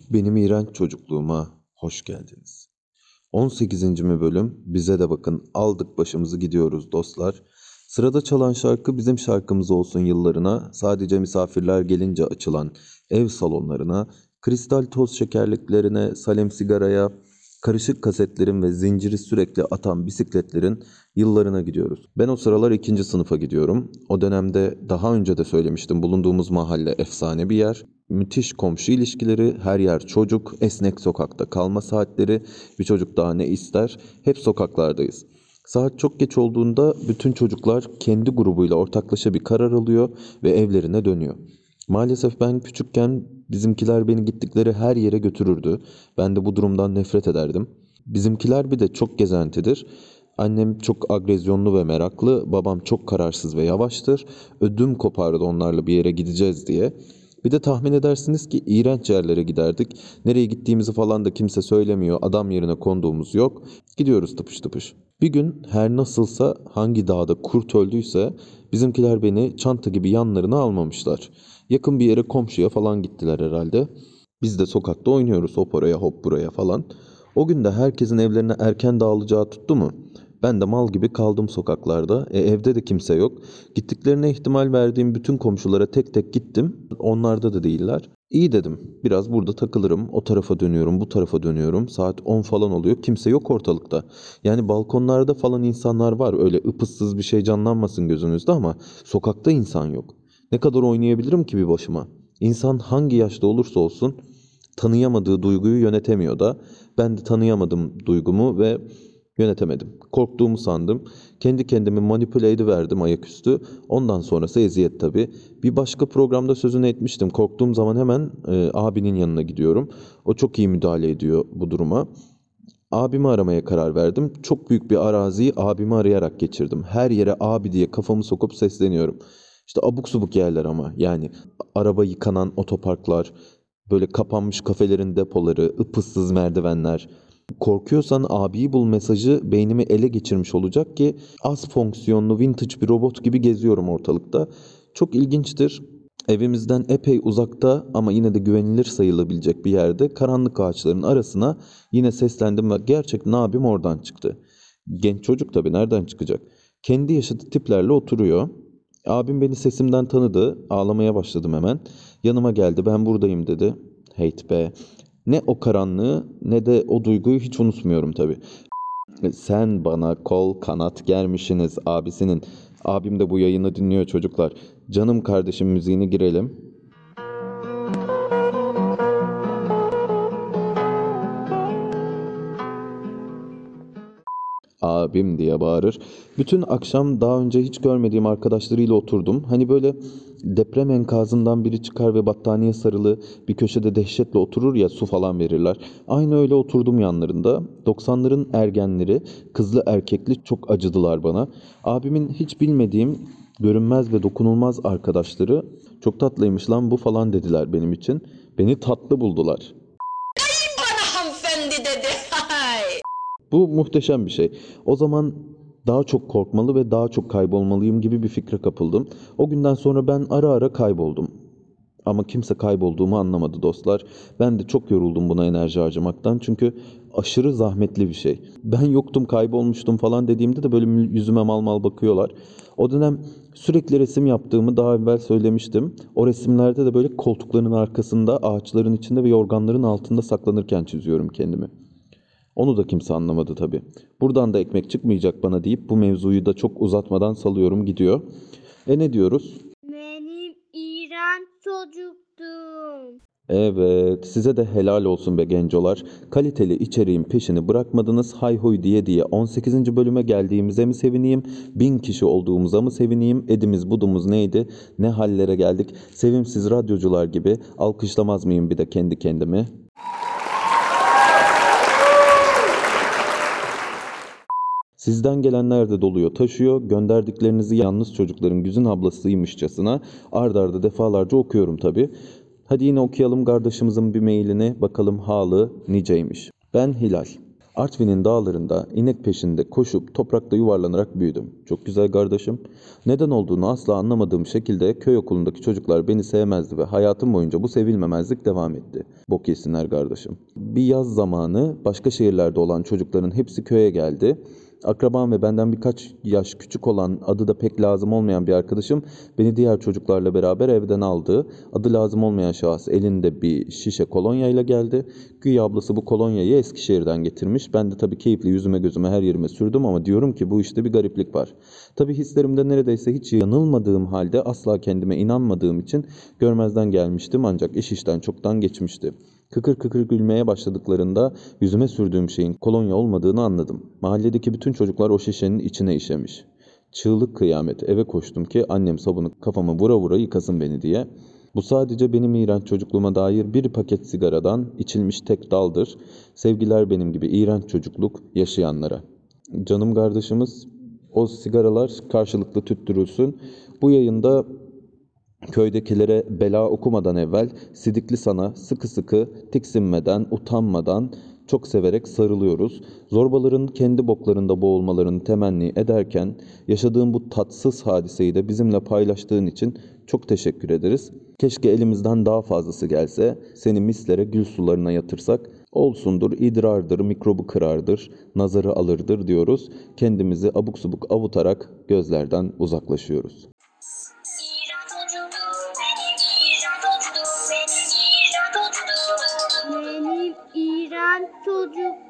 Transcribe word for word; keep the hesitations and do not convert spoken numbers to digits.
Benim iğrenç çocukluğuma hoş geldiniz. on sekizinci mi bölüm? Bize de bakın, aldık başımızı gidiyoruz dostlar. Sırada çalan şarkı bizim şarkımız olsun yıllarına. Sadece misafirler gelince açılan ev salonlarına, kristal toz şekerliklerine, salem sigaraya, karışık kasetlerin ve zinciri sürekli atan bisikletlerin yıllarına gidiyoruz. Ben o sıralar ikinci sınıfa gidiyorum. O dönemde daha önce de söylemiştim, bulunduğumuz mahalle efsane bir yer. Müthiş komşu ilişkileri, her yer çocuk, esnek sokakta kalma saatleri, bir çocuk daha ne ister? Hep sokaklardayız. Saat çok geç olduğunda bütün çocuklar kendi grubuyla ortaklaşa bir karar alıyor ve evlerine dönüyor. Maalesef ben küçükken bizimkiler beni gittikleri her yere götürürdü. Ben de bu durumdan nefret ederdim. Bizimkiler bir de çok gezentidir. Annem çok agresyonlu ve meraklı, babam çok kararsız ve yavaştır. Ödüm kopardı onlarla bir yere gideceğiz diye. Bir de tahmin edersiniz ki iğrenç yerlere giderdik. Nereye gittiğimizi falan da kimse söylemiyor. Adam yerine konduğumuz yok. Gidiyoruz tıpış tıpış. Bir gün her nasılsa hangi dağda kurt öldüyse bizimkiler beni çanta gibi yanlarına almamışlar. Yakın bir yere, komşuya falan gittiler herhalde. Biz de sokakta oynuyoruz, hop oraya hop buraya falan. O gün de herkesin evlerine erken dağılacağı tuttu mu? Ben de mal gibi kaldım sokaklarda. E, evde de kimse yok. Gittiklerine ihtimal verdiğim bütün komşulara tek tek gittim. Onlarda da değiller. İyi dedim. Biraz burada takılırım. O tarafa dönüyorum, bu tarafa dönüyorum. Saat on falan oluyor. Kimse yok ortalıkta. Yani balkonlarda falan insanlar var. Öyle ıpıssız bir şey canlanmasın gözünüzde ama sokakta insan yok. Ne kadar oynayabilirim ki bir başıma? İnsan hangi yaşta olursa olsun tanıyamadığı duyguyu yönetemiyor da. Ben de tanıyamadım duygumu ve yönetemedim. Korktuğumu sandım. Kendi kendimi manipüle ediverdim ayaküstü. Ondan sonrası eziyet tabii. Bir başka programda sözünü etmiştim. Korktuğum zaman hemen e, abinin yanına gidiyorum. O çok iyi müdahale ediyor bu duruma. Abimi aramaya karar verdim. Çok büyük bir araziyi abimi arayarak geçirdim. Her yere abi diye kafamı sokup sesleniyorum. İşte abuk subuk yerler ama yani araba yıkanan otoparklar, böyle kapanmış kafelerin depoları, ıpıssız merdivenler. Korkuyorsan abiyi bul mesajı beynimi ele geçirmiş olacak ki az fonksiyonlu vintage bir robot gibi geziyorum ortalıkta. Çok ilginçtir. Evimizden epey uzakta ama yine de güvenilir sayılabilecek bir yerde karanlık ağaçların arasına yine seslendim ve gerçekten abim oradan çıktı. Genç çocuk tabii, nereden çıkacak? Kendi yaşıtı tiplerle oturuyor. Abim beni sesimden tanıdı. Ağlamaya başladım hemen. Yanıma geldi. Ben buradayım dedi. Heyt be. Ne o karanlığı ne de o duyguyu hiç unutmuyorum tabii. Sen bana kol kanat germişsiniz abisinin. Abim de bu yayını dinliyor çocuklar. Canım kardeşim müziğini girelim. Abim diye bağırır. Bütün akşam daha önce hiç görmediğim arkadaşlarıyla oturdum. Hani böyle deprem enkazından biri çıkar ve battaniye sarılı bir köşede dehşetle oturur ya, su falan verirler. Aynı öyle oturdum yanlarında. doksanların ergenleri, kızlı erkekli çok acıdılar bana. Abimin hiç bilmediğim görünmez ve dokunulmaz arkadaşları çok tatlıymış lan bu falan dediler benim için. Beni tatlı buldular. Bana hanımefendi dedi. Bu muhteşem bir şey. O zaman daha çok korkmalı ve daha çok kaybolmalıyım gibi bir fikre kapıldım. O günden sonra ben ara ara kayboldum. Ama kimse kaybolduğumu anlamadı dostlar. Ben de çok yoruldum buna enerji harcamaktan. Çünkü aşırı zahmetli bir şey. Ben yoktum, kaybolmuştum falan dediğimde de böyle yüzüme mal mal bakıyorlar. O dönem sürekli resim yaptığımı daha evvel söylemiştim. O resimlerde de böyle koltukların arkasında, ağaçların içinde ve yorganların altında saklanırken çiziyorum kendimi. Onu da kimse anlamadı tabii. Buradan da ekmek çıkmayacak bana deyip bu mevzuyu da çok uzatmadan salıyorum gidiyor. E ne diyoruz? Benim iğrenç çocuktum. Evet, size de helal olsun be gencolar. Kaliteli içeriğin peşini bırakmadınız. Hay huy diye diye on sekizinci bölüme geldiğimize mi sevineyim? Bin kişi olduğumuza mı sevineyim? Edimiz budumuz neydi? Ne hallere geldik? Sevimsiz radyocular gibi alkışlamaz mıyım bir de kendi kendimi? Sizden gelenler de doluyor, taşıyor. Gönderdiklerinizi yalnız çocukların güzin ablasıymışçasına ard arda defalarca okuyorum tabii. Hadi yine okuyalım kardeşimizin bir mailini. Bakalım halı niceymiş. Ben Hilal. Artvin'in dağlarında inek peşinde koşup toprakta yuvarlanarak büyüdüm. Çok güzel kardeşim. Neden olduğunu asla anlamadığım şekilde köy okulundaki çocuklar beni sevmezdi ve hayatım boyunca bu sevilmemezlik devam etti. Bok yesinler kardeşim. Bir yaz zamanı başka şehirlerde olan çocukların hepsi köye geldi. Akrabam ve benden birkaç yaş küçük olan, adı da pek lazım olmayan bir arkadaşım beni diğer çocuklarla beraber evden aldı. Adı lazım olmayan şahıs elinde bir şişe kolonyayla geldi. Güya ablası bu kolonyayı Eskişehir'den getirmiş. Ben de tabii keyifli yüzüme gözüme her yerime sürdüm ama diyorum ki bu işte bir gariplik var. Tabii hislerimde neredeyse hiç yanılmadığım halde asla kendime inanmadığım için görmezden gelmiştim ancak iş işten çoktan geçmişti. Kıkır kıkır gülmeye başladıklarında yüzüme sürdüğüm şeyin kolonya olmadığını anladım. Mahalledeki bütün çocuklar o şişenin içine işemiş. Çığlık kıyamet eve koştum ki annem sabunu kafama vura vura yıkasın beni diye. Bu sadece benim iğrenç çocukluğuma dair bir paket sigaradan içilmiş tek daldır. Sevgiler benim gibi iğrenç çocukluk yaşayanlara. Canım kardeşimiz, o sigaralar karşılıklı tüttürülsün. Bu yayında köydekilere bela okumadan evvel Sidikli sana sıkı sıkı tiksinmeden, utanmadan çok severek sarılıyoruz. Zorbaların kendi boklarında boğulmalarını temenni ederken yaşadığın bu tatsız hadiseyi de bizimle paylaştığın için çok teşekkür ederiz. Keşke elimizden daha fazlası gelse, seni mislere gül sularına yatırsak. Olsundur, idrardır, mikrobu kırardır, nazarı alırdır diyoruz. Kendimizi abuk subuk avutarak gözlerden uzaklaşıyoruz. Benim İran çocukluğum.